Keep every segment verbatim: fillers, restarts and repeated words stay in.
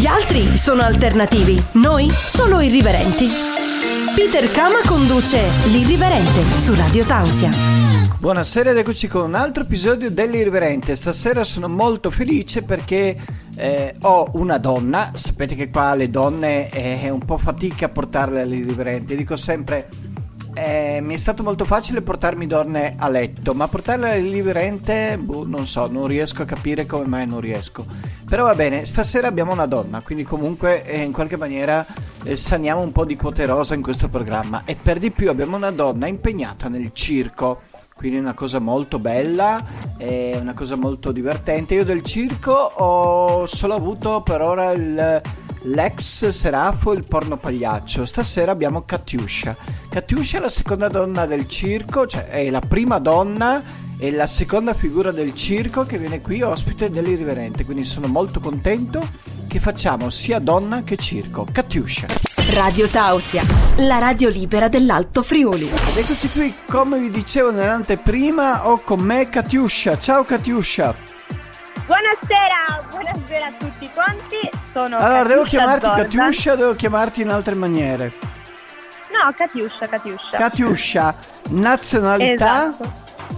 altri sono alternativi, noi solo irriverenti. Peter Kama conduce L'Irriverente su Radio Tausia. Buonasera ed eccoci con un altro episodio dell'Irriverente. Stasera sono molto felice perché eh, ho una donna. Sapete che qua le donne è, è un po' fatica a portarle all'Irriverente. Dico sempre, eh, mi è stato molto facile portarmi donne a letto, ma portarle all'Irriverente, boh, non so, non riesco a capire come mai non riesco. Però va bene, stasera abbiamo una donna, quindi comunque eh, in qualche maniera eh, saniamo un po' di quote rosa in questo programma. E per di più abbiamo una donna impegnata nel circo. Quindi è una cosa molto bella, è una cosa molto divertente. Io del circo ho solo avuto per ora il, l'ex Serafo, il porno pagliaccio. Stasera abbiamo Katiuscia. Katiuscia è la seconda donna del circo, cioè è la prima donna e la seconda figura del circo che viene qui ospite dell'Irriverente. Quindi sono molto contento che facciamo sia donna che circo. Katiuscia. Radio Tausia, la radio libera dell'Alto Friuli. Ed eccoci qui, come vi dicevo nell'anteprima, ho con me Katiuscia. Ciao Katiuscia. Buonasera, buonasera a tutti quanti. Sono Allora, Katiuscia devo chiamarti Zordan. Katiuscia o devo chiamarti in altre maniere? No, Katiuscia, Katiuscia. Katiuscia, nazionalità? Esatto.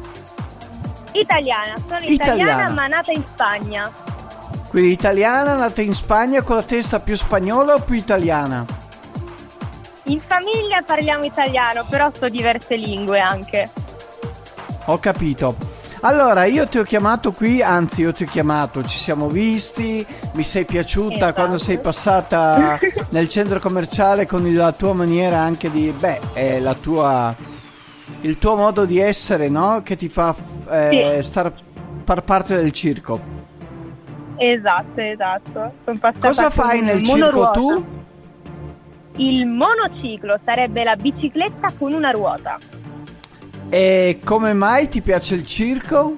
Italiana, sono Italiana. italiana ma nata in Spagna. Quindi italiana, nata in Spagna, con la testa più spagnola o più italiana? In famiglia parliamo italiano, però so diverse lingue anche. Ho capito. Allora, io ti ho chiamato qui, anzi io ti ho chiamato, ci siamo visti, mi sei piaciuta Esatto. quando sei passata nel centro commerciale con la tua maniera anche di, beh, è la tua, il tuo modo di essere, no? Che ti fa eh, Sì. star, far parte del circo. Esatto, esatto. Sono passata Cosa con fai nel il circo monoruota. tu? Il monociclo sarebbe la bicicletta con una ruota. E come mai ti piace il circo?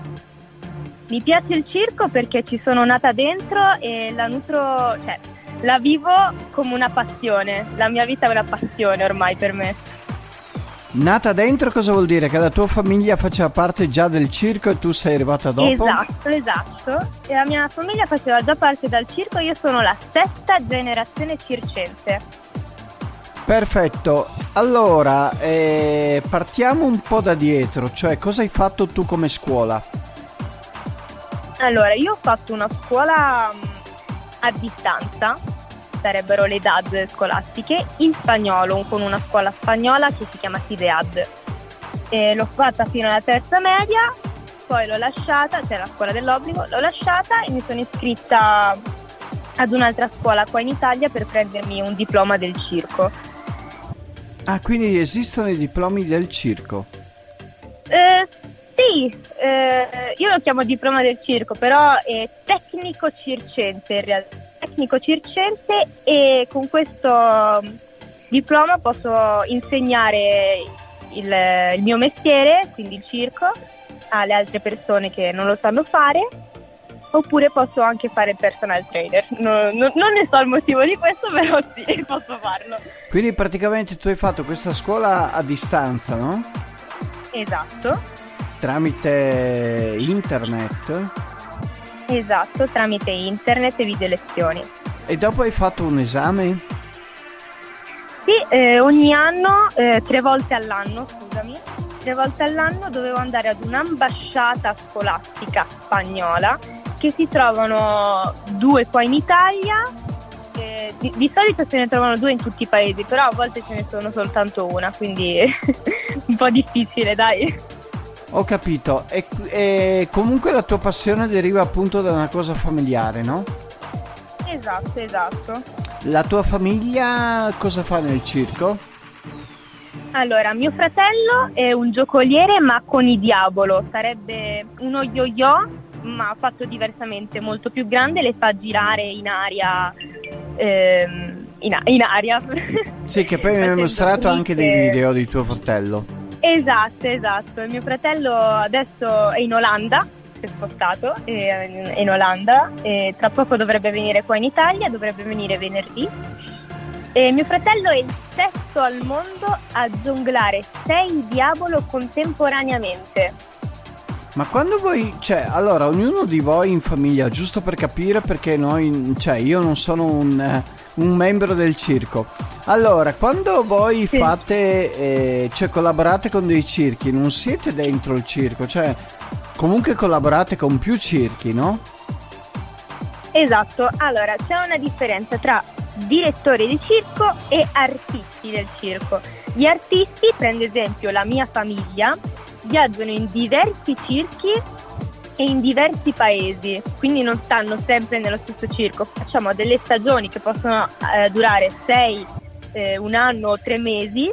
Mi piace il circo perché ci sono nata dentro e la nutro, cioè la vivo come una passione. La mia vita è una passione ormai per me. Nata dentro cosa vuol dire? Che la tua famiglia faceva parte già del circo e tu sei arrivata dopo? Esatto, esatto. E la mia famiglia faceva già parte dal circo, io sono la sesta generazione circense. Perfetto, allora eh, partiamo un po' da dietro, cioè cosa hai fatto tu come scuola? Allora, io ho fatto una scuola mh, a distanza, sarebbero le D A D scolastiche, in spagnolo, con una scuola spagnola che si chiama SIDEAD. E l'ho fatta fino alla terza media, poi l'ho lasciata, cioè la scuola dell'obbligo, l'ho lasciata e mi sono iscritta ad un'altra scuola qua in Italia per prendermi un diploma del circo. Ah, quindi esistono i diplomi del circo? Eh, sì, eh, io lo chiamo diploma del circo, però è tecnico circense in realtà. Tecnico circense, e con questo diploma posso insegnare il, il mio mestiere, quindi il circo, alle altre persone che non lo sanno fare, oppure posso anche fare il personal trainer. No, no, non ne so il motivo di questo, però sì, posso farlo. Quindi praticamente tu hai fatto questa scuola a distanza, no? Esatto. Tramite internet? Esatto, tramite internet e video lezioni. E dopo hai fatto un esame? Sì, eh, ogni anno, eh, tre volte all'anno, scusami, tre volte all'anno dovevo andare ad un'ambasciata scolastica spagnola, che si trovano due qua in Italia, eh, di, di solito se ne trovano due in tutti i paesi, però a volte ce ne sono soltanto una, quindi un po' difficile, dai. Ho capito, e, e comunque la tua passione deriva appunto da una cosa familiare, no? Esatto, esatto. La tua famiglia cosa fa nel circo? Allora, mio fratello è un giocoliere ma con i diavolo, sarebbe uno yo-yo ma fatto diversamente, molto più grande, le fa girare in aria, ehm, in, a- in aria. Sì, che poi mi hai Facendo mostrato anche dei tricche. video di tuo fratello. Esatto, esatto. Il mio fratello adesso è in Olanda, si è spostato, è in, è in Olanda, e tra poco dovrebbe venire qua in Italia, dovrebbe venire venerdì. E mio fratello è il sesto al mondo a jonglare sei diavolo contemporaneamente. Ma quando voi, cioè, allora, ognuno di voi in famiglia, giusto per capire, perché noi, cioè, io non sono un, eh, un membro del circo. Allora, quando voi Sì. fate, eh, cioè, collaborate con dei circhi, non siete dentro il circo, cioè, comunque collaborate con più circhi, no? Esatto, allora c'è una differenza tra direttori di circo e artisti del circo. Gli artisti, prendo esempio la mia famiglia, viaggiano in diversi circhi e in diversi paesi, quindi non stanno sempre nello stesso circo. Facciamo delle stagioni che possono eh, durare sei, eh, un anno o tre mesi.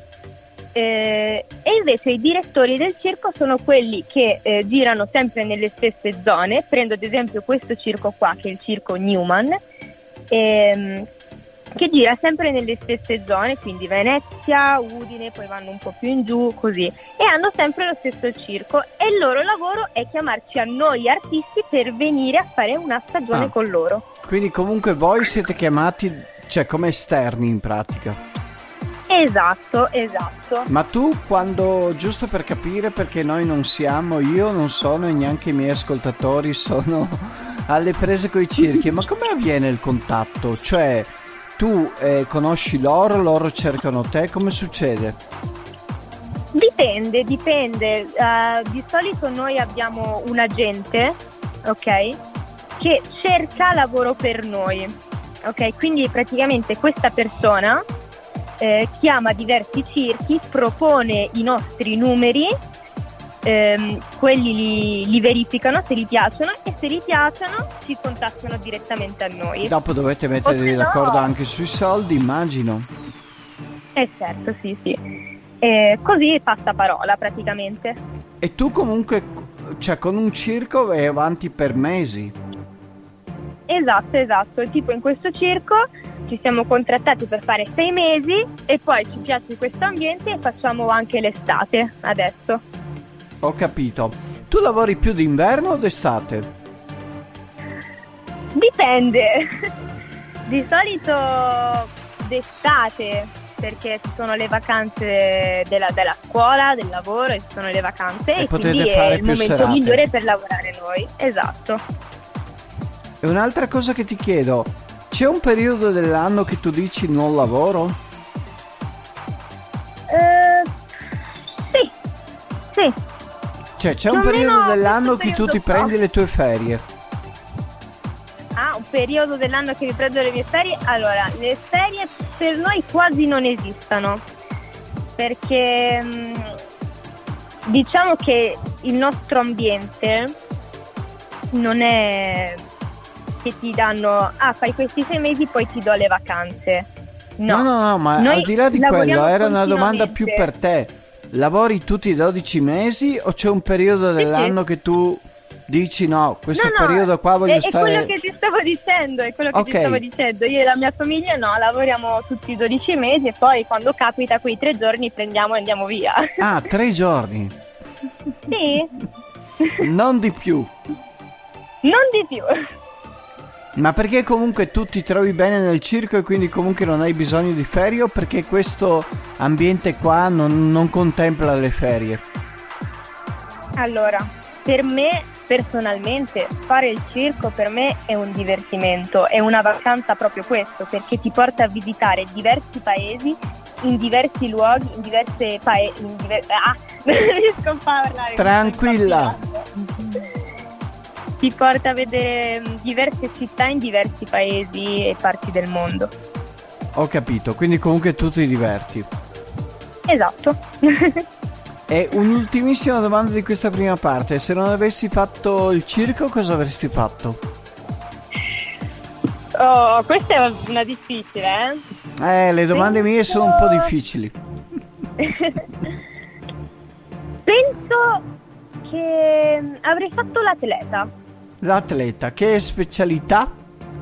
Eh, e invece i direttori del circo sono quelli che eh, girano sempre nelle stesse zone. Prendo ad esempio questo circo qua, che è il circo Newman, ehm, che gira sempre nelle stesse zone, quindi Venezia, Udine, poi vanno un po' più in giù, così, e hanno sempre lo stesso circo, e il loro lavoro è chiamarci a noi artisti per venire a fare una stagione Ah. con loro. Quindi comunque voi siete chiamati, cioè, come esterni in pratica. Esatto, esatto. Ma tu quando, giusto per capire, perché noi non siamo, io non sono e neanche i miei ascoltatori sono alle prese coi circhi, ma come avviene il contatto? Cioè, tu eh, conosci loro, loro cercano te, come succede? Dipende, dipende. Uh, di solito noi abbiamo un agente, ok, che cerca lavoro per noi, ok? Quindi praticamente questa persona eh, chiama diversi circhi, propone i nostri numeri, ehm, quelli li, li verificano se gli piacciono, e se gli piacciono ci contattano direttamente a noi. Dopo dovete mettervi O se no- d'accordo anche sui soldi, immagino. Eh certo, sì, sì. Eh, così passa parola praticamente. E tu comunque, cioè, con un circo vai avanti per mesi. Esatto, esatto. Tipo in questo circo ci siamo contrattati per fare sei mesi e poi ci piace questo ambiente e facciamo anche l'estate adesso. Ho capito. Tu lavori più d'inverno o d'estate? Dipende. Di solito d'estate, perché ci sono le vacanze della, della scuola, del lavoro, e ci sono le vacanze E e, potete quindi fare è il più momento serate. migliore per lavorare noi. Esatto. E un'altra cosa che ti chiedo, c'è un periodo dell'anno che tu dici non lavoro? Eh, sì, sì. Cioè c'è Più un o periodo meno dell'anno questo che tu ti periodo qua. prendi le tue ferie? Ah, un periodo dell'anno che mi prendo le mie ferie? Allora, le ferie per noi quasi non esistono, perché mh, diciamo che il nostro ambiente non è che ti danno, ah, fai questi sei mesi poi ti do le vacanze. No, No, no, no, ma Noi al di là di lavoriamo quello, era una domanda più continuamente. per te. Lavori tutti i dodici mesi o c'è un periodo dell'anno che tu dici no, questo No, no, periodo qua voglio è, stare... è quello che ti stavo dicendo, è quello che Ok. ti stavo dicendo. Io e la mia famiglia no, lavoriamo tutti i dodici mesi e poi quando capita quei tre giorni prendiamo e andiamo via. Ah, tre giorni, Sì, non di più. non di più. Ma perché comunque tu ti trovi bene nel circo e quindi comunque non hai bisogno di ferie, o perché questo ambiente qua non, non contempla le ferie? Allora, per me personalmente fare il circo per me è un divertimento, è una vacanza proprio questo, perché ti porta a visitare diversi paesi, in diversi luoghi, in diverse paesi, in diver- ah, non riesco a parlare. Tranquilla. Ti porta a vedere mh, diverse città in diversi paesi e parti del mondo. Ho capito, quindi comunque tu ti diverti. Esatto. E un'ultimissima domanda di questa prima parte: se non avessi fatto il circo, cosa avresti fatto? Oh, questa è una difficile, eh? Eh, le domande mie sono un po' difficili. Penso che avrei fatto l'atleta. L'atleta, che specialità?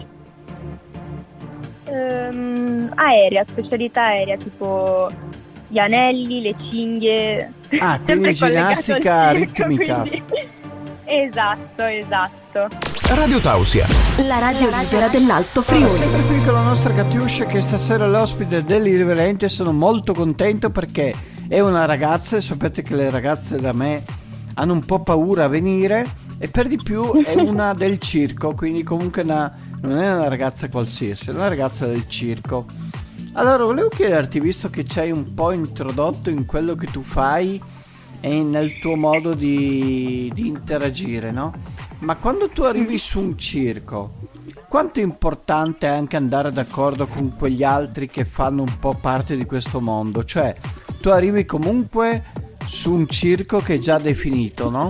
Ehm, aerea, specialità aerea, tipo gli anelli, le cinghie. Ah, quindi Sempre collegato ginnastica al circo, ritmica. quindi- Esatto, esatto. Radio Tausia. La radio libera dell'Alto Sono Friuli. sempre qui con la nostra Katiuscia, che stasera è l'ospite dell'Irriverente. Sono molto contento perché è una ragazza, e sapete che le ragazze da me hanno un po' paura a venire, e per di più è una del circo, quindi comunque una, non è una ragazza qualsiasi, è una ragazza del circo. Allora volevo chiederti, visto che ci hai un po' introdotto in quello che tu fai e nel tuo modo di, di interagire, no? Ma quando tu arrivi su un circo, quanto è importante anche andare d'accordo con quegli altri che fanno un po' parte di questo mondo? Cioè, tu arrivi comunque su un circo che è già definito, no?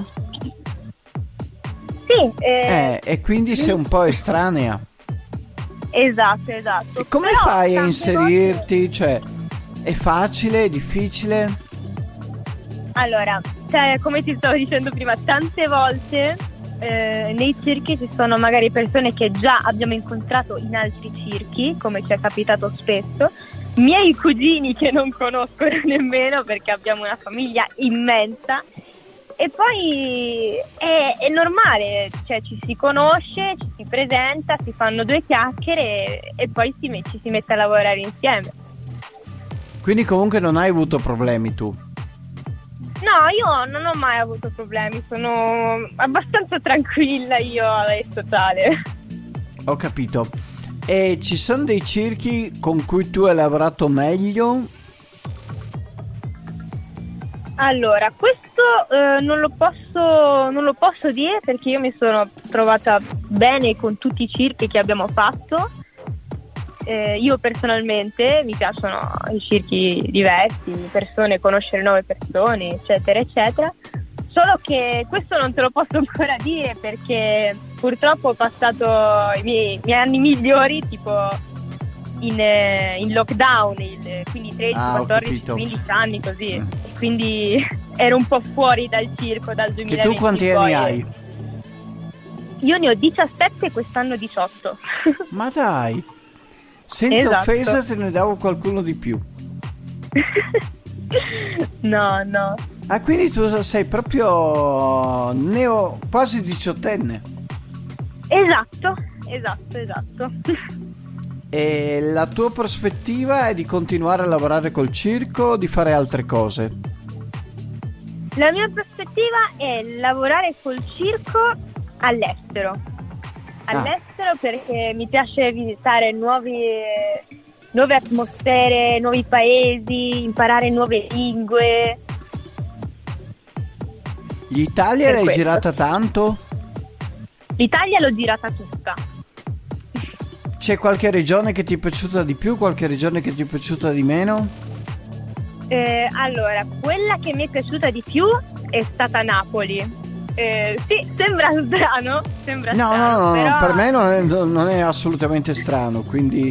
Sì. Eh, eh, e quindi sei un po' estranea. Esatto, esatto. E come Però fai a tante inserirti? volte- Cioè, è facile, è difficile? Allora, cioè, come ti stavo dicendo prima, tante volte eh, nei circhi ci sono magari persone che già abbiamo incontrato in altri circhi, come ci è capitato spesso, miei cugini che non conoscono nemmeno perché abbiamo una famiglia immensa, e poi è, è normale, cioè ci si conosce, ci si presenta, si fanno due chiacchiere e, e poi si met- ci si mette a lavorare insieme. Quindi comunque non hai avuto problemi tu? No, io non ho mai avuto problemi, sono abbastanza tranquilla io adesso tale. Ho capito. E ci sono dei circhi con cui tu hai lavorato meglio? Allora, questo eh, non lo posso non lo posso dire perché io mi sono trovata bene con tutti i circhi che abbiamo fatto. Eh, io personalmente mi piacciono i circhi diversi, persone, conoscere nuove persone, eccetera, eccetera. Solo che questo non te lo posso ancora dire perché purtroppo ho passato i miei, i miei anni migliori tipo in, eh, in lockdown, il, quindi tredici, Ah, ho quattordici, capito. quindici anni così. Mm. E quindi ero un po' fuori dal circo dal Che duemilaventi. tu quanti poi. anni hai? Io ne ho diciassette e quest'anno diciotto. Ma dai, senza Esatto. offesa te ne davo qualcuno di più. No, no. Ah, quindi tu sei proprio neo, quasi diciottenne. Esatto, esatto, esatto. E la tua prospettiva è di continuare a lavorare col circo o di fare altre cose? La mia prospettiva è lavorare col circo all'estero. All'estero perché mi piace visitare nuovi, nuove atmosfere, nuovi paesi, imparare nuove lingue. L'Italia Per l'hai questo. girata tanto? L'Italia l'ho girata tutta. C'è qualche regione che ti è piaciuta di più, qualche regione che ti è piaciuta di meno? Eh, allora, quella che mi è piaciuta di più è stata Napoli. Eh, sì, sembra strano, sembra No, strano, no, no, però... no, per me non è, non è assolutamente strano, quindi...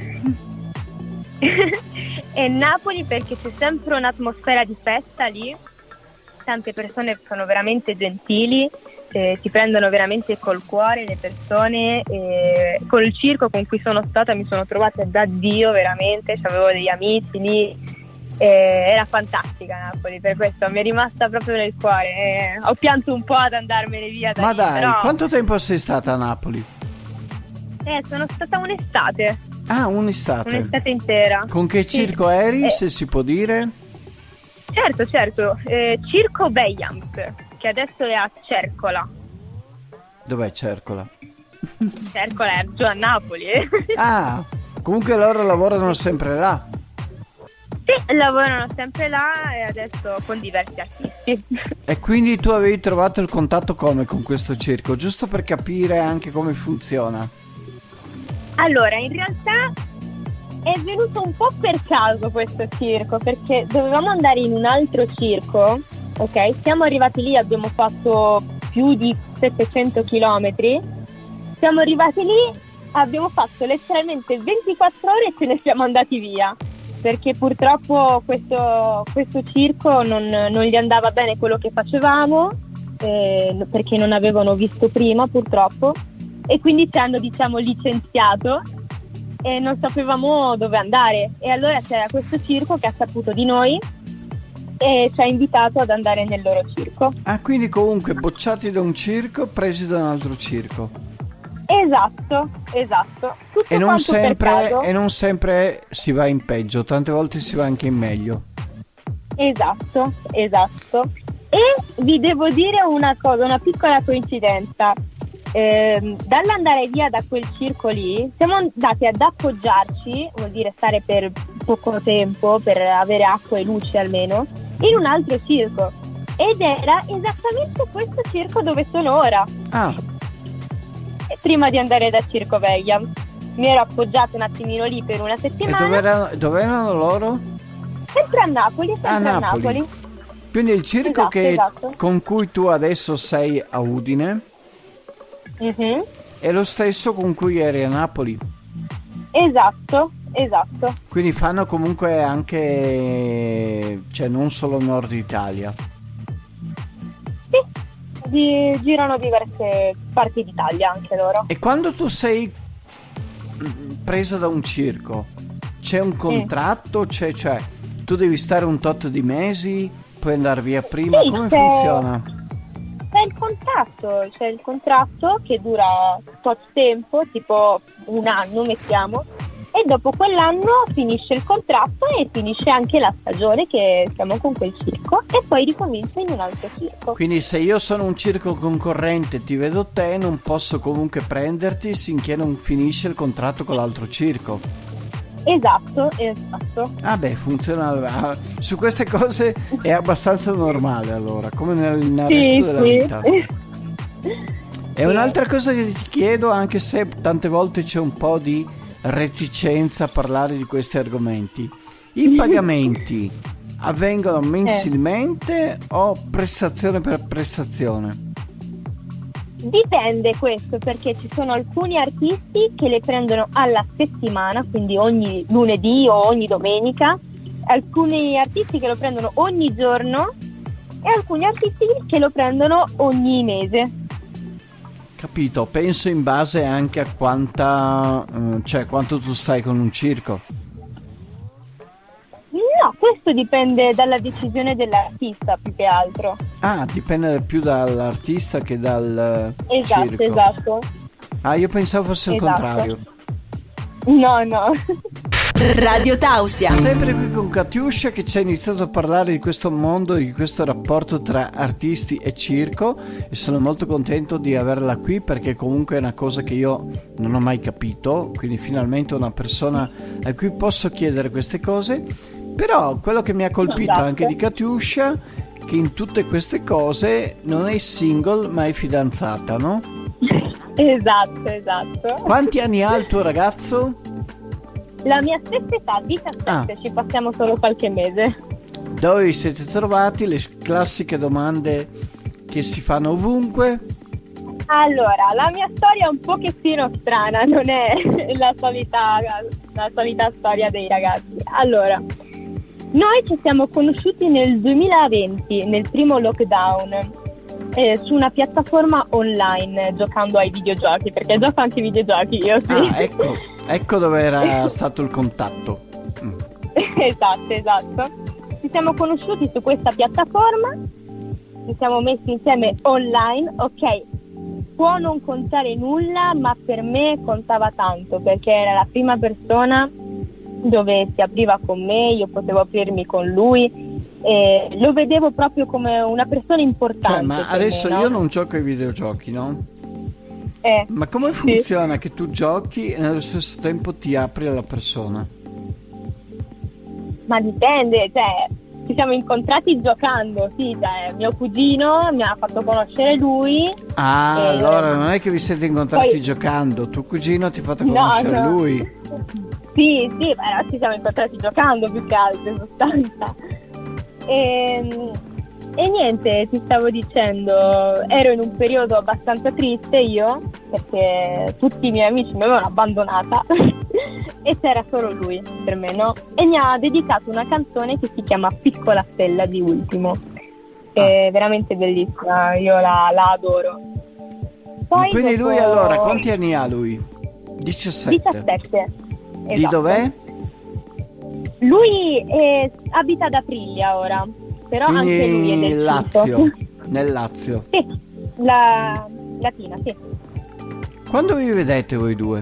è Napoli perché c'è sempre un'atmosfera di festa lì, tante persone sono veramente gentili, eh, ti prendono veramente col cuore le persone, eh, col circo con cui sono stata mi sono trovata da Dio veramente, avevo degli amici lì. Eh, era fantastica Napoli, per questo mi è rimasta proprio nel cuore. Eh, ho pianto un po' ad andarmene via da Ma lì, dai, però... quanto tempo sei stata a Napoli? Eh, sono stata un'estate, Ah, un'estate. un'estate intera. Con che Sì. circo eri, Eh, se si può dire? Certo, certo, eh, Circo Beyams, che adesso è a Cercola. Dov'è Cercola? Cercola è giù a Napoli. Eh. Ah, comunque loro lavorano sempre là. Sì, lavorano sempre là e adesso con diversi artisti. E quindi tu avevi trovato il contatto come con questo circo? Giusto per capire anche come funziona. Allora, in realtà è venuto un po' per caso questo circo, perché dovevamo andare in un altro circo, ok? Siamo arrivati lì, abbiamo fatto più di settecento chilometri, siamo arrivati lì, abbiamo fatto letteralmente ventiquattro ore e ce ne siamo andati via, perché purtroppo questo, questo circo non, non gli andava bene quello che facevamo, eh, perché non avevano visto prima purtroppo, e quindi ci hanno, diciamo, licenziato e non sapevamo dove andare, e allora c'era questo circo che ha saputo di noi e ci ha invitato ad andare nel loro circo. Ah, quindi comunque bocciati da un circo, presi da un altro circo. Esatto, esatto. Tutto E non, quanto per sempre, caso. e non sempre si va in peggio, tante volte si va anche in meglio. Esatto, esatto. E vi devo dire una cosa, una piccola coincidenza. Eh, dall'andare via da quel circo lì siamo andati ad appoggiarci, vuol dire stare per poco tempo, per avere acqua e luce almeno, in un altro circo, ed era esattamente questo circo dove sono ora. Ah. E prima di andare da Circo Veglia mi ero appoggiata un attimino lì per una E settimana. dove erano, dove erano loro? Sempre a Napoli, sempre A a Napoli. Napoli. Quindi il circo Esatto, che, esatto. con cui tu adesso sei a Udine Mhm. è lo stesso con cui eri a Napoli. Esatto, esatto. Quindi fanno comunque anche, cioè non solo Nord Italia. Sì, di- girano diverse parti d'Italia anche loro. E quando tu sei mm, presa da un circo, c'è un contratto? C'è, cioè, tu devi stare un tot di mesi, puoi andare via prima? Sì, Come c'è- funziona? C'è il contratto, c'è il contratto che dura tot tempo, tipo un anno mettiamo, e dopo quell'anno finisce il contratto e finisce anche la stagione che siamo con quel circo e poi ricomincia in un altro circo. Quindi se io sono un circo concorrente e ti vedo te, non posso comunque prenderti finché non finisce il contratto con l'altro circo. Esatto, esatto. Ah beh, funziona. ah, Su queste cose è abbastanza normale allora, come nel, nel Sì, resto della sì. vita. E un'altra cosa che ti chiedo, anche se tante volte c'è un po' di reticenza a parlare di questi argomenti, i pagamenti avvengono mensilmente o prestazione per prestazione? Dipende questo, perché ci sono alcuni artisti che le prendono alla settimana, quindi ogni lunedì o ogni domenica, alcuni artisti che lo prendono ogni giorno e alcuni artisti che lo prendono ogni mese. Capito, penso in base anche a quanta, eh, cioè quanto tu stai con un circo. No, questo dipende dalla decisione dell'artista più che altro. Ah, dipende più dall'artista che dal eh, Esatto, circo. esatto. Ah, io pensavo fosse il Esatto. contrario. No, no. Radio Tausia. Sempre qui con Katiuscia che ci ha iniziato a parlare di questo mondo, di questo rapporto tra artisti e circo, e sono molto contento di averla qui perché comunque è una cosa che io non ho mai capito, quindi finalmente una persona a cui posso chiedere queste cose. Però quello che mi ha colpito Esatto. anche di Katiuscia è che in tutte queste cose non è single ma è fidanzata, no? Esatto, esatto. Quanti anni ha il tuo ragazzo? La mia stessa età, diciassette, Ah. ci passiamo solo qualche mese. Dove vi siete trovati? Le classiche domande che si fanno ovunque. Allora, la mia storia è un pochettino strana, non è la solita, la solita storia dei ragazzi. Allora, noi ci siamo conosciuti nel duemilaventi, nel primo lockdown, eh, su una piattaforma online, giocando ai videogiochi, perché gioco anche ai videogiochi io, sì. Ah, ecco, ecco dove era stato il contatto. Mm. Esatto, esatto. Ci siamo conosciuti su questa piattaforma, ci siamo messi insieme online, ok, può non contare nulla, ma per me contava tanto, perché era la prima persona dove si apriva con me, io potevo aprirmi con lui, e lo vedevo proprio come una persona importante. Cioè, ma per adesso me, no? io non gioco ai videogiochi, no? Eh, Ma come sì. funziona che tu giochi e nello stesso tempo ti apri alla persona? Ma dipende, cioè, ci siamo incontrati giocando, sì, cioè, mio cugino mi ha fatto conoscere lui. Ah, Eh, allora non è che vi siete incontrati poi- giocando, tuo cugino ti ha fatto No, conoscere no. lui. Sì, sì, però ci siamo incontrati giocando più che altro in sostanza. E, e niente, ti stavo dicendo, ero in un periodo abbastanza triste io, perché tutti i miei amici mi avevano abbandonata e c'era solo lui per me, no? E mi ha dedicato una canzone che si chiama Piccola Stella di Ultimo. È veramente bellissima, io la, la adoro. Poi Quindi dopo- lui allora, quanti anni ha lui? diciassette. diciassette. Di Esatto. dov'è? Lui è- abita ad Aprilia ora, però anche lui è Quindi del Lazio, Lazio. nel Lazio. Sì, la Latina, sì. Quando vi vedete voi due?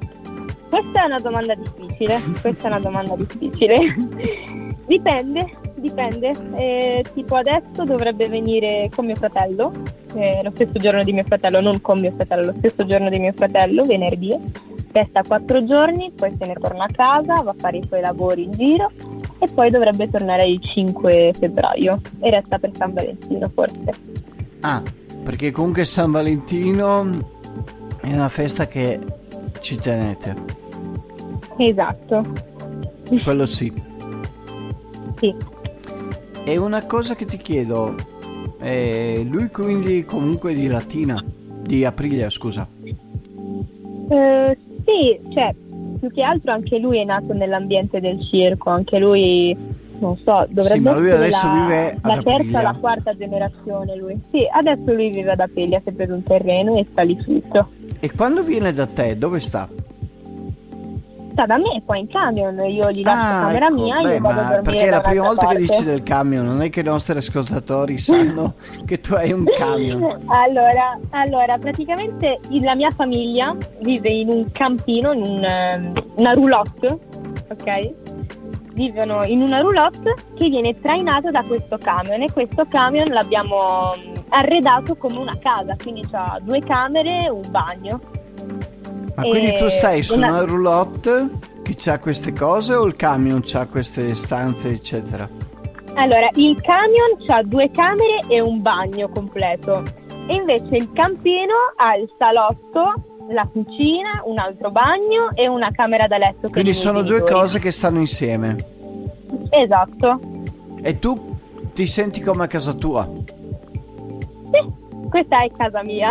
Questa è una domanda difficile, questa è una domanda difficile. Dipende, dipende. Eh, tipo adesso dovrebbe venire con mio fratello, eh, lo stesso giorno di mio fratello, non con mio fratello, lo stesso giorno di mio fratello, venerdì. Resta quattro giorni, poi se ne torna a casa, va a fare i suoi lavori in giro e poi dovrebbe tornare il cinque febbraio e resta per San Valentino forse. Ah, perché comunque San Valentino è una festa che ci tenete. Esatto. Quello sì. Sì. E una cosa che ti chiedo, eh, lui quindi comunque di Latina, di Aprilia, scusa. Eh, sì, cioè, più che altro anche lui è nato nell'ambiente del circo, anche lui, non so, dovrebbe sì, ma lui essere adesso la, vive ad la terza Aprilia. o la quarta generazione lui. Sì, adesso lui vive ad Aprilia, si è preso un terreno e sta lì fisso. E quando viene da te, dove sta? Sta da me qua in camion, io gli lascio Ah, camera ecco, mia e beh, io vado a ma dormire perché è da la prima volta un'altra che parte. dici del camion, non è che i nostri ascoltatori sanno che tu hai un camion. Allora, allora, praticamente il- la mia famiglia vive in un campino, in un, ehm, una roulotte, ok? Vivono in una roulotte che viene trainata da questo camion e questo camion l'abbiamo mm, arredato come una casa, quindi c'ha due camere, un bagno. Ma quindi tu E stai su una- una roulotte che c'ha queste cose o il camion c'ha queste stanze eccetera? Allora, il camion c'ha due camere e un bagno completo e invece il campino ha il salotto, la cucina, un altro bagno e una camera da letto per Quindi i miei sono due genitori. cose che stanno insieme. Esatto. E tu ti senti come a casa tua? Sì, questa è casa mia.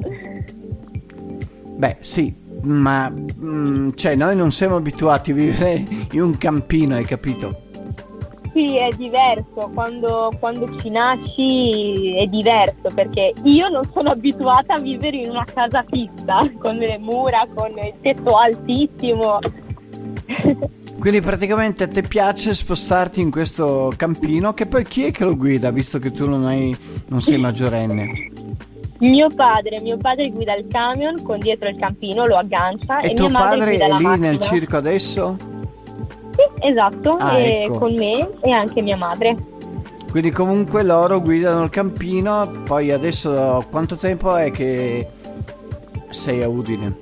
Beh sì, ma mm, cioè noi non siamo abituati a vivere in un campino, hai capito? Sì, è diverso, quando, quando ci nasci è diverso perché io non sono abituata a vivere in una casa fissa, con le mura, con il tetto altissimo. Quindi praticamente a te piace spostarti in questo campino, che poi chi è che lo guida, visto che tu non hai, non sei maggiorenne? Mio padre, mio padre guida il camion con dietro il campino, lo aggancia e, E tuo mia madre padre guida è la lì macchina. nel circo adesso? Sì, esatto, Ah, e ecco. con me e anche mia madre. Quindi comunque loro guidano il campino, poi adesso quanto tempo è che sei a Udine?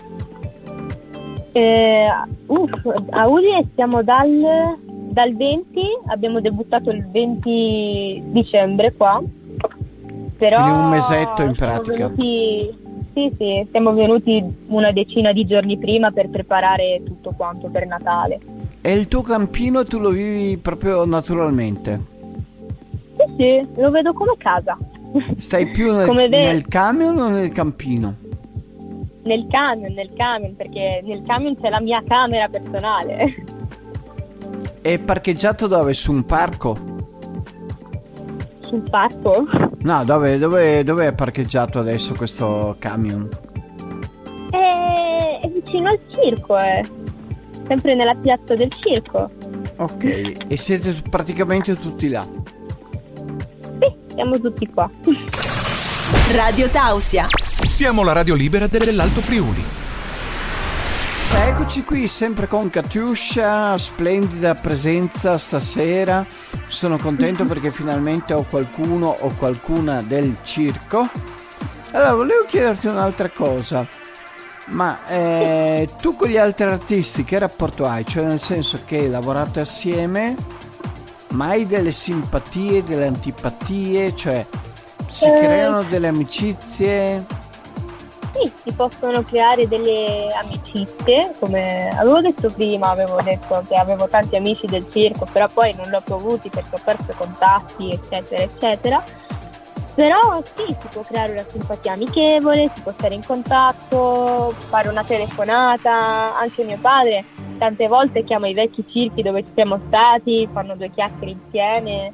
Eh, uff, a Udine stiamo dal, dal venti, abbiamo debuttato il venti dicembre qua, però Quindi un mesetto in siamo pratica. venuti, sì, sì, siamo venuti una decina di giorni prima per preparare tutto quanto per Natale. E il tuo campino tu lo vivi proprio naturalmente? Sì, sì, lo vedo come casa. Stai più nel, Come ve- nel camion o nel campino? Nel camion, nel camion, perché nel camion c'è la mia camera personale. È parcheggiato dove? Su un parco? Sul parco? No, dove, dove, dove è parcheggiato adesso questo camion? È, è vicino al circo, è sempre nella piazza del circo. Ok, e siete praticamente tutti là? Sì, siamo tutti qua. Radio Tausia. Siamo la radio libera dell'Alto Friuli. Eccoci qui sempre con Katiuscia, splendida presenza stasera. Sono contento perché finalmente ho qualcuno o qualcuna del circo. Allora, volevo chiederti un'altra cosa. Ma eh, tu con gli altri artisti che rapporto hai? Cioè nel senso che lavorate assieme, ma hai delle simpatie, delle antipatie? Cioè si Eh. creano delle amicizie? Sì, si possono creare delle amicizie, come avevo detto prima, avevo detto che avevo tanti amici del circo, però poi non li ho più avuti perché ho perso i contatti, eccetera, eccetera. Però sì, si può creare una simpatia amichevole, si può stare in contatto, fare una telefonata. Anche mio padre tante volte chiama i vecchi circhi dove ci siamo stati, fanno due chiacchiere insieme.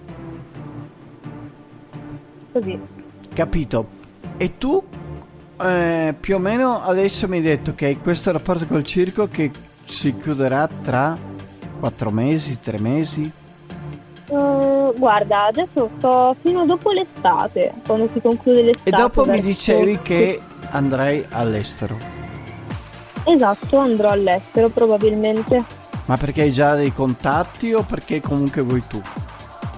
Così. Capito. E tu eh, più o meno adesso mi hai detto che hai questo rapporto col circo che si chiuderà tra quattro mesi, tre mesi? Uh, guarda, adesso sto fino dopo l'estate, quando si conclude l'estate. E dopo mi verso- dicevi che andrai all'estero. Esatto, andrò all'estero probabilmente. Ma perché hai già dei contatti o perché comunque vuoi tu?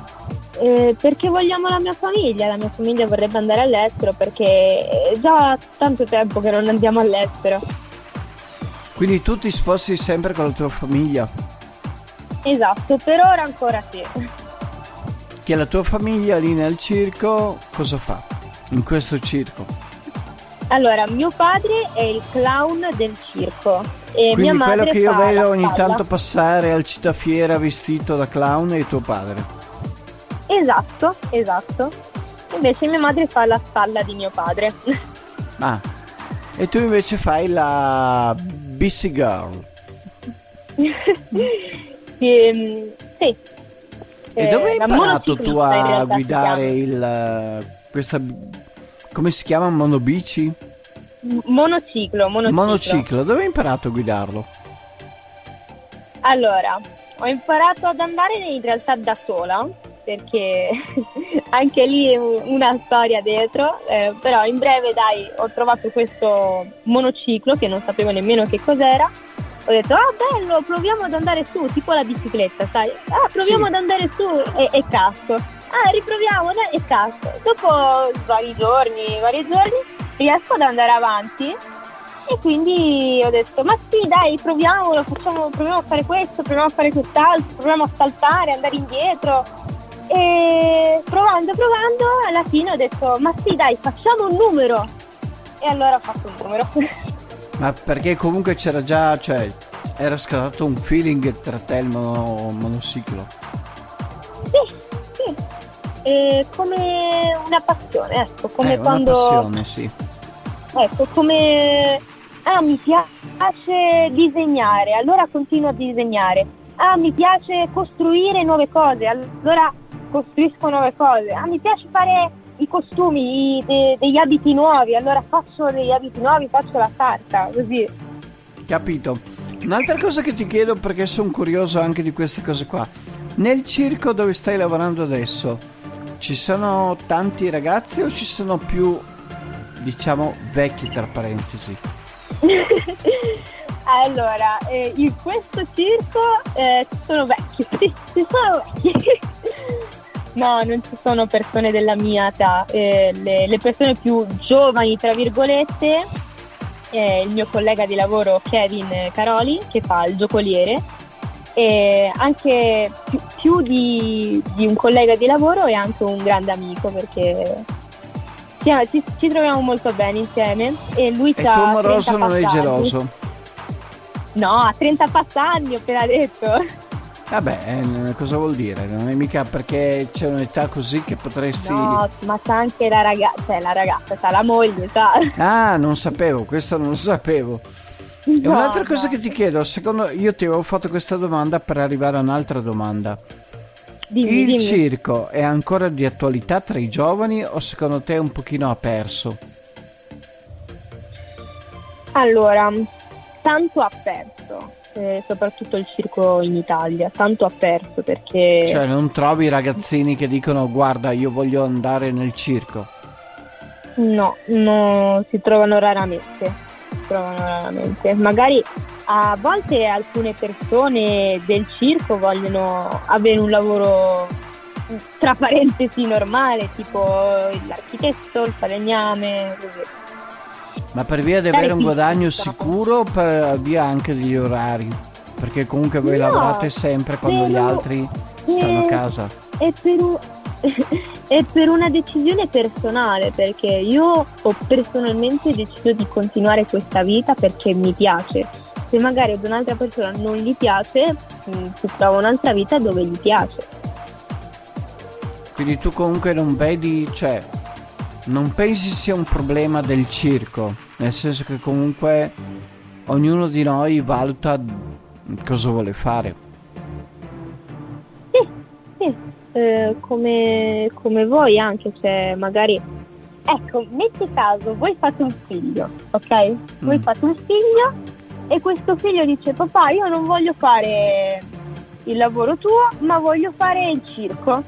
Eh, perché vogliamo la mia famiglia, la mia famiglia vorrebbe andare all'estero perché è già tanto tempo che non andiamo all'estero. Quindi tu ti sposti sempre con la tua famiglia? Esatto, per ora ancora sì. Che la tua famiglia lì nel circo cosa fa? In questo circo? Allora, mio padre è il clown del circo e Quindi mia madre quello che io fa vedo la ogni spalla. tanto passare al Cittafiera vestito da clown è tuo padre. Esatto, esatto. Invece mia madre fa la spalla di mio padre. Ah, e tu invece fai la Bissy Girl. Ehm, sì. E dove hai Eh, la imparato tu monociclista in a realtà si guidare chiama. il questa come si chiama? Monobici? M- Monociclo, monociclo. Monociclo, dove hai imparato a guidarlo? Allora, ho imparato ad andare in realtà da sola, perché anche lì è un- una storia dietro, eh, però in breve dai, ho trovato questo monociclo che non sapevo nemmeno che cos'era. Ho detto, ah bello, proviamo ad andare su, tipo la bicicletta, sai? Ah, proviamo Sì. ad andare su e, e casco. Ah, riproviamo dai, e casco. Dopo vari giorni, vari giorni, riesco ad andare avanti e quindi ho detto, ma sì dai, proviamolo, facciamo, proviamo a fare questo, proviamo a fare quest'altro, proviamo a saltare, andare indietro. E provando, provando, alla fine ho detto, ma sì dai, facciamo un numero. E allora ho fatto un numero. Ma perché comunque c'era già, cioè, era scattato un feeling tra te e il mono, monociclo. Sì, sì. E come una passione, ecco, come eh, quando... una passione, sì. Ecco, come... Ah, mi piace disegnare, allora continuo a disegnare. Ah, mi piace costruire nuove cose, allora costruisco nuove cose. Ah, mi piace fare i costumi, i, de, degli abiti nuovi, allora faccio degli abiti nuovi, faccio la carta, così. Capito. Un'altra cosa che ti chiedo, perché sono curioso anche di queste cose qua. Nel circo dove stai lavorando adesso, ci sono tanti ragazzi o ci sono più, diciamo, vecchi tra parentesi? Allora, eh, in questo circo eh, ci sono vecchi, sì, ci sono vecchi. No, non ci sono persone della mia età, eh, le, le persone più giovani, tra virgolette, eh, il mio collega di lavoro Kevin Caroli, che fa il giocoliere, e anche più, più di, di un collega di lavoro è anche un grande amico, perché ci, ci, ci troviamo molto bene insieme e lui E c'ha tu amoroso trenta non è passaggi. geloso? No, ha trenta passaggi, ho appena detto. Vabbè, eh, cosa vuol dire? Non è mica perché c'è un'età così che potresti... No, ma c'è anche la ragazza, cioè la ragazza, c'ha la moglie, sa. Ah, non sapevo, questo non lo sapevo. E No, un'altra cosa no. che ti chiedo, secondo io ti avevo fatto questa domanda per arrivare a un'altra domanda. Dimmi, Il dimmi. circo è ancora di attualità tra i giovani o secondo te un pochino ha perso? Allora, tanto ha perso, eh, soprattutto il circo in Italia, tanto ha perso perché... Cioè non trovi ragazzini che dicono guarda io voglio andare nel circo? No, no, si trovano raramente, si trovano raramente. Magari a volte alcune persone del circo vogliono avere un lavoro tra parentesi normale, tipo l'architetto, il falegname, così. Ma per via di Dai, avere un sì, guadagno sì, sicuro o per via anche degli orari? Perché comunque voi No, lavorate sempre quando gli però- altri stanno a eh, casa. È per, un- è per una decisione personale, perché io ho personalmente deciso di continuare questa vita perché mi piace. Se magari ad un'altra persona non gli piace, mh, si trova un'altra vita dove gli piace. Quindi tu comunque non vedi, cioè non pensi sia un problema del circo, nel senso che comunque ognuno di noi valuta cosa vuole fare. Sì, sì, eh, come, come voi anche, cioè magari... Ecco, metti caso, voi fate un figlio, ok? Voi Mm. fate un figlio e questo figlio dice papà io non voglio fare il lavoro tuo ma voglio fare il circo.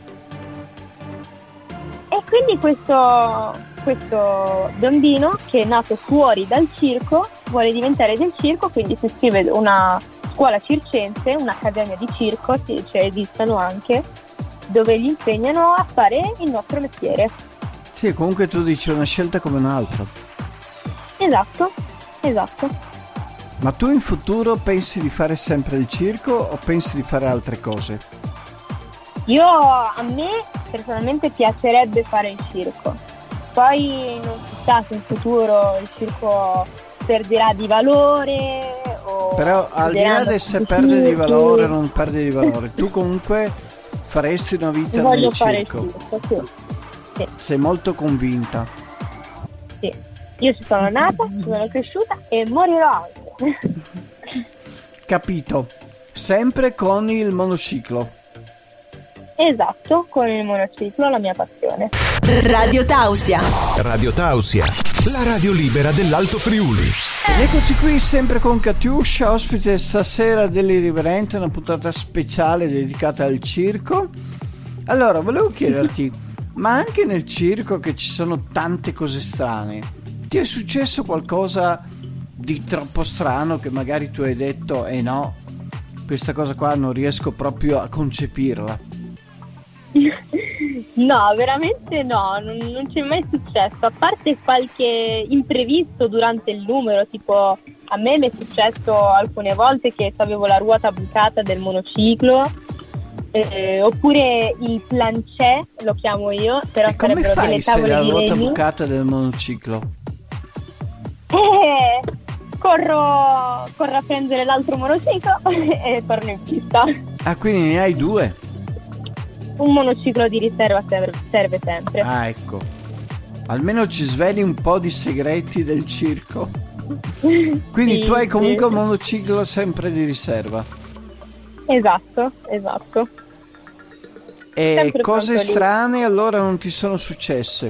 E quindi questo, questo bambino che è nato fuori dal circo vuole diventare del circo, quindi si iscrive a una scuola circense, un'accademia di circo, cioè esistono anche, dove li insegnano a fare il nostro mestiere. Sì, comunque tu dici una scelta come un'altra. Esatto, esatto. Ma tu in futuro pensi di fare sempre il circo o pensi di fare altre cose? Io, a me personalmente piacerebbe fare il circo, poi non si sa se in futuro il circo perderà di valore o... Però al di là di se perde di valore o non perde di valore, tu comunque faresti una vita Voglio nel fare circo. il circo, sì. Sì. Sei molto convinta. Sì, io ci sono nata, ci sono cresciuta e morirò anche. Capito. Sempre con il monociclo. Esatto, con il monociclo, la mia passione. Radio Tausia. Radio Tausia, la radio libera dell'Alto Friuli. Ed eccoci qui sempre con Katiuscia, ospite stasera dell'Irriverente, una puntata speciale dedicata al circo. Allora, volevo chiederti, ma anche nel circo che ci sono tante cose strane, ti è successo qualcosa di troppo strano che magari tu hai detto, eh no, questa cosa qua non riesco proprio a concepirla? No, veramente no, non, non ci è mai successo, a parte qualche imprevisto durante il numero, tipo a me mi è successo alcune volte che avevo la ruota bucata del monociclo, eh, oppure il planchet, lo chiamo io, però E come sarebbero fai delle se hai tavole la di ruota legno. bucata del monociclo? Eh, corro, corro a prendere l'altro monociclo e torno in pista. Ah, quindi ne hai due? Un monociclo di riserva serve, serve sempre. Ah, ecco. Almeno ci sveli un po' di segreti del circo. Quindi Sì, tu hai comunque sì. un monociclo sempre di riserva. Esatto, esatto. E Sempre cose pronto lì. strane allora non ti sono successe?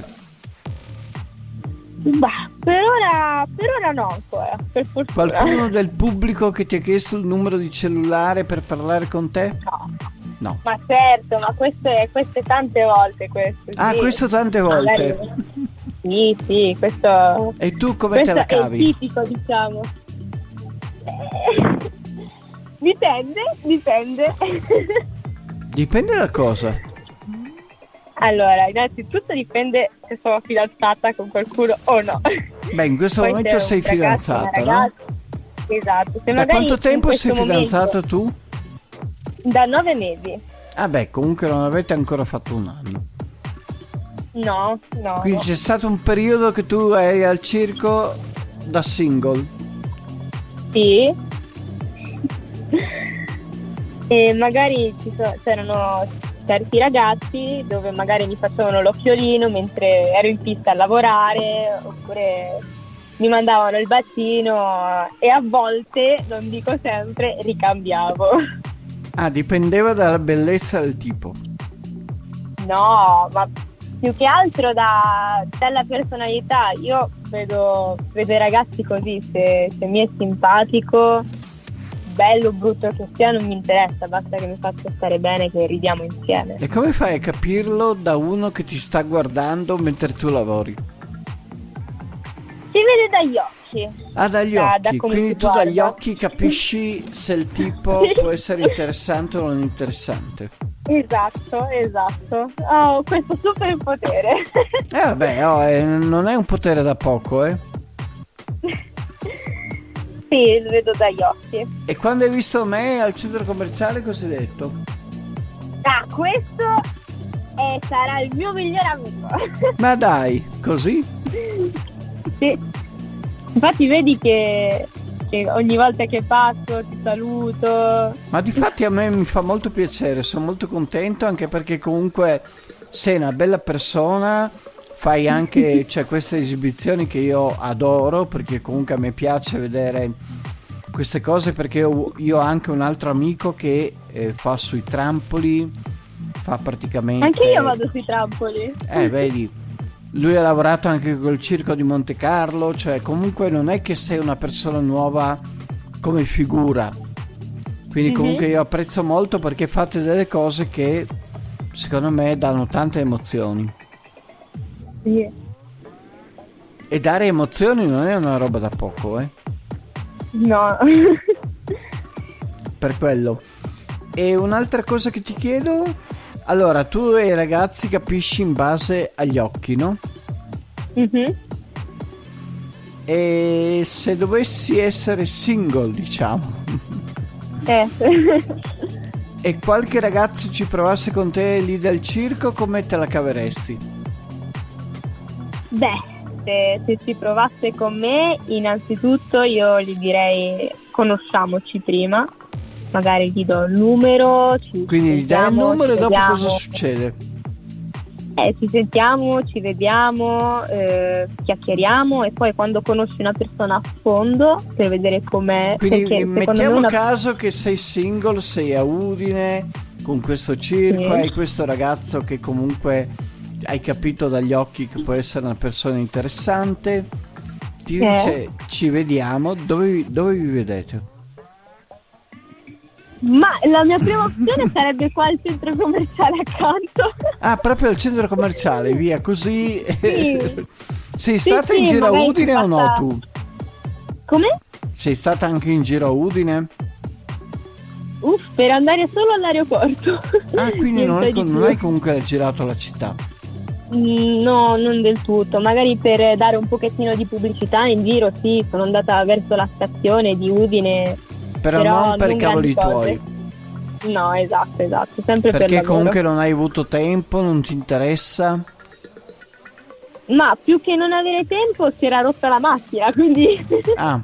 Bah, per ora, per ora no ancora, per fortuna. Qualcuno del pubblico che ti ha chiesto il numero di cellulare per parlare con te? No. No. Ma certo, ma queste, queste tante volte questo. Ah, sì. questo tante volte. Magari- Sì, sì, questo, E tu come te questo la è cavi? tipico, diciamo. Eh, Dipende, dipende. Dipende da cosa. Allora, innanzitutto dipende se sono fidanzata con qualcuno o no. Beh, in questo Poi momento se è sei un ragazzo, una fidanzata, no? ragazza- Esatto. Se Da magari quanto in tempo sei questo momento- fidanzata tu? Da nove mesi. Ah beh, comunque non avete ancora fatto un anno. No, no. Quindi no. c'è stato un periodo che tu eri al circo da single. Sì. E magari ci so- c'erano certi ragazzi dove magari mi facevano l'occhiolino mentre ero in pista a lavorare, oppure mi mandavano il bacino e a volte, non dico sempre, ricambiavo. Ah, dipendeva dalla bellezza del tipo. No, ma più che altro da, dalla personalità. Io vedo, vedo i ragazzi così, se, se mi è simpatico, bello o brutto che sia, non mi interessa, basta che mi faccia stare bene, che ridiamo insieme. E come fai a capirlo da uno che ti sta guardando mentre tu lavori? Si vede dagli occhi. Ah, dagli Da- occhi. da come Quindi si tu dagli guarda. occhi capisci se il tipo Sì. può essere interessante o non interessante. Esatto, esatto. Ho questo super potere. Eh vabbè, oh, eh, non è un potere da poco, eh. Sì, lo vedo dagli occhi. E quando hai visto me al centro commerciale cosa hai detto? Ah, questo è- sarà il mio migliore amico. Ma dai, così? Sì. Infatti vedi che, che ogni volta che passo ti saluto. Ma difatti a me mi fa molto piacere, sono molto contento anche perché comunque sei una bella persona, fai anche cioè, queste esibizioni che io adoro perché comunque a me piace vedere queste cose perché io, io ho anche un altro amico che eh, fa sui trampoli, fa praticamente... Anche io vado sui trampoli. Eh, vedi, lui ha lavorato anche col circo di Monte Carlo, cioè comunque non è che sei una persona nuova come figura. Quindi Mhm. comunque io apprezzo molto perché fate delle cose che secondo me danno tante emozioni. Sì. E dare emozioni non è una roba da poco, eh. No. Per quello. E un'altra cosa che ti chiedo, Allora, tu e i ragazzi capisci in base agli occhi, no? Mm-hmm. E se dovessi essere single, diciamo, Eh. e qualche ragazzo ci provasse con te lì del circo, come te la caveresti? Beh, se, se ci provasse con me, innanzitutto io gli direi conosciamoci prima, magari gli do il numero, ci Quindi gli dai il sentiamo, numero e ci dopo vediamo. cosa succede? Eh, ci sentiamo, ci vediamo, eh, chiacchieriamo e poi quando conosci una persona a fondo per vedere com'è. Quindi perché secondo mettiamo me una... caso che sei single, sei a Udine con questo circo, Sì. hai questo ragazzo che comunque hai capito dagli occhi che può essere una persona interessante, ti Eh. dice ci vediamo, dove, vi- dove vi vedete? Ma la mia prima opzione sarebbe qua al centro commerciale accanto. Ah, proprio al centro commerciale, via così. Sì. Sei Sì, stata sì, in giro a magari Udine si o no passa- tu? Come? Sei stata anche in giro a Udine? Uff, per andare solo all'aeroporto. Ah, quindi non, Niente hai, di non più. hai comunque girato la città. Mm, No, non del tutto, magari per dare un pochettino di pubblicità in giro, sì, sono andata verso la stazione di Udine, Però, però non per i cavoli grandi cose. tuoi. No, esatto, esatto, sempre per Perché lavoro. comunque non hai avuto tempo, non ti interessa. Ma più che non avere tempo si era rotta la macchina, quindi Ah,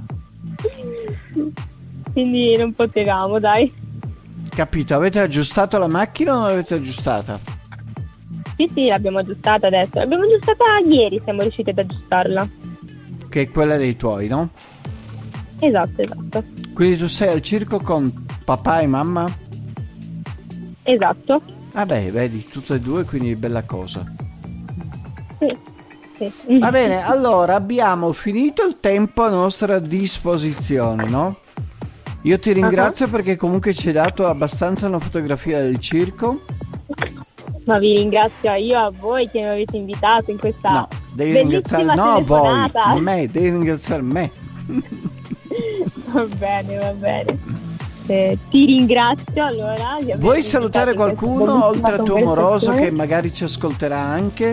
quindi non potevamo, dai. capito. Avete aggiustato la macchina o non l'avete aggiustata? Sì, sì, l'abbiamo aggiustata adesso. L'abbiamo aggiustata ieri, siamo riusciti ad aggiustarla. Che è quella dei tuoi, no? Esatto, esatto. Quindi tu sei al circo con papà e mamma? Esatto. Vabbè, vedi, tutte e due, quindi bella cosa. Sì, sì. Va bene, allora abbiamo finito il tempo a nostra disposizione, no? Io ti ringrazio Uh-huh. perché comunque ci hai dato abbastanza una fotografia del circo. Ma vi ringrazio io a voi che mi avete invitato in questa No, devi ringraziare bellissima no voi, telefonata. me, devi ringraziare me. Va bene, va bene. Eh, ti ringrazio allora. di avermi Vuoi salutare invitato in questa qualcuno bellissima oltre al tuo moroso conversazione? che magari ci ascolterà anche?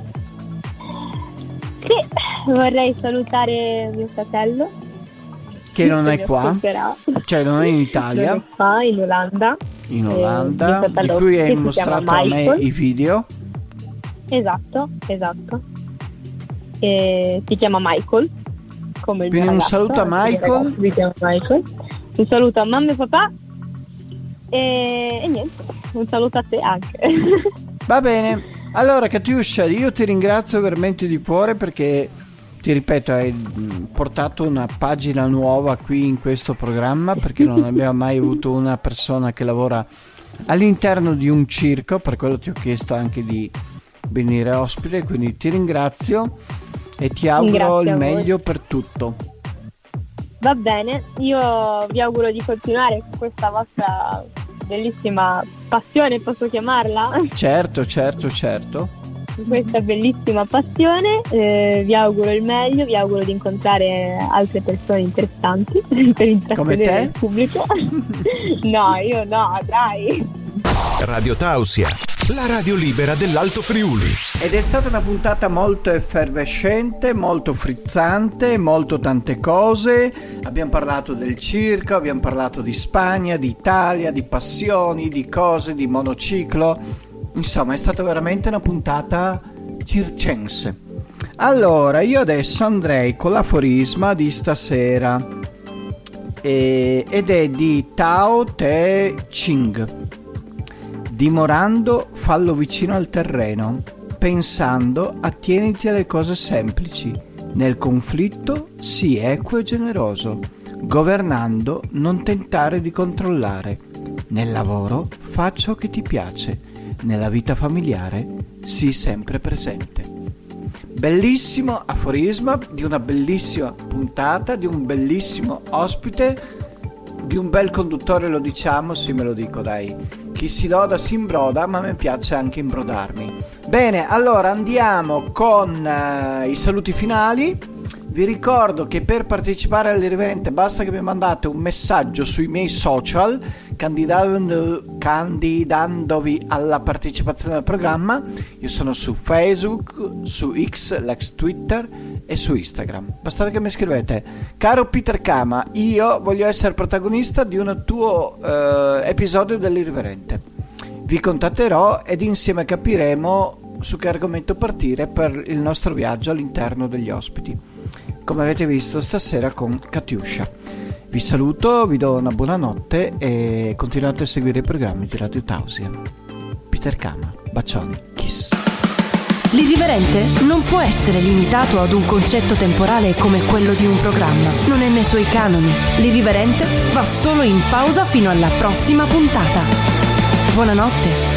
Sì, vorrei salutare mio fratello. Che non mi è qua, ascolterà. cioè non è in Italia, Non è qua, in Olanda. in Eh, Olanda, mio di fratello cui che hai si chiama mostrato a me Michael. i video. Esatto, esatto. Eh, si chiama Michael. Come il Quindi mio un ragazzo, saluto a anche il mio Michael. ragazzo si chiama Michael. Un saluto a mamma e papà. E, e niente, un saluto a te anche. Va bene, allora Katiuscia, io ti ringrazio veramente di cuore perché, ti ripeto, hai mm, portato una pagina nuova qui in questo programma, perché non abbiamo mai avuto una persona che lavora all'interno di un circo, per quello ti ho chiesto anche di venire ospite, quindi ti ringrazio e ti auguro Grazie il a voi. meglio per tutto. Va bene, io vi auguro di continuare con questa vostra bellissima passione, posso chiamarla? Certo, certo, certo. Questa bellissima passione, eh, vi auguro il meglio, vi auguro di incontrare altre persone interessanti per intrattenere te? il pubblico. No, io no, dai. Radio Tausia, la radio libera dell'Alto Friuli. Ed è stata una puntata molto effervescente, molto frizzante, molto tante cose. Abbiamo parlato del circo, abbiamo parlato di Spagna, di Italia, di passioni, di cose, di monociclo. Insomma, è stata veramente una puntata circense. Allora, io adesso andrei con l'aforisma di stasera e, ed è di Tao Te Ching. Dimorando, fallo vicino al terreno. Pensando, attieniti alle cose semplici. Nel conflitto, sii equo e generoso. Governando, non tentare di controllare. Nel lavoro, fa ciò che ti piace. Nella vita familiare, sii sempre presente. Bellissimo aforisma di una bellissima puntata, di un bellissimo ospite, di un bel conduttore, lo diciamo, sì, me lo dico, dai. Chi si loda si imbroda, ma a me piace anche imbrodarmi. Bene, allora andiamo con uh, i saluti finali. Vi ricordo che per partecipare all'Irriverente basta che mi mandate un messaggio sui miei social candidando, candidandovi alla partecipazione al programma. Io sono su Facebook, su X, l'ex Twitter e su Instagram. Basta che mi scrivete: caro Peter Kama, io voglio essere protagonista di un tuo eh, episodio dell'Irriverente. Vi contatterò ed insieme capiremo su che argomento partire per il nostro viaggio all'interno degli ospiti, come avete visto stasera con Katiuscia. Vi saluto, vi do una buonanotte e continuate a seguire i programmi di Radio Tausia. Peter Kama, bacioni, kiss. L'irriverente non può essere limitato ad un concetto temporale come quello di un programma. Non è nei suoi canoni. L'irriverente va solo in pausa fino alla prossima puntata. Buonanotte.